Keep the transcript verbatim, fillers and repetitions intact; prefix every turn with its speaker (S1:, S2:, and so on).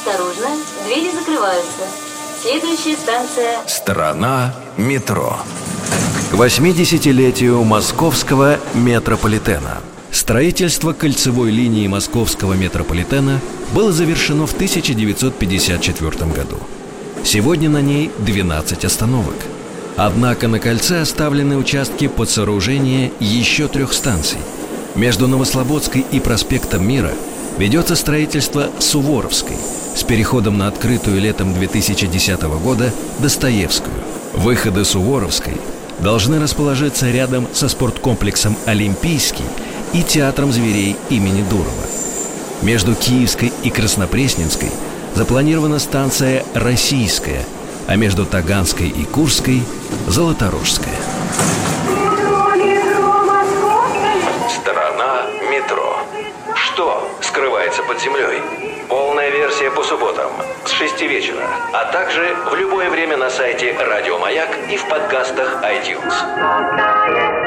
S1: Осторожно, двери закрываются. Следующая станция...
S2: Страна метро. К восьмидесятилетию московского метрополитена. Строительство кольцевой линии московского метрополитена было завершено в тысяча девятьсот пятьдесят четвёртом году. Сегодня на ней двенадцать остановок. Однако на кольце оставлены участки под сооружение еще трех станций. Между Новослободской и проспектом Мира ведется строительство Суворовской с переходом на открытую летом две тысячи десятого года Достоевскую. Выходы Суворовской должны расположиться рядом со спорткомплексом «Олимпийский» и театром зверей имени Дурова. Между Киевской и Краснопресненской запланирована станция «Российская», а между Таганской и Курской – «Золоторожская».
S3: Страна метро. Что скрывается под землей? Полная версия по субботам с шести вечера, а также в любое время на сайте Радио Маяк и в подкастах iTunes.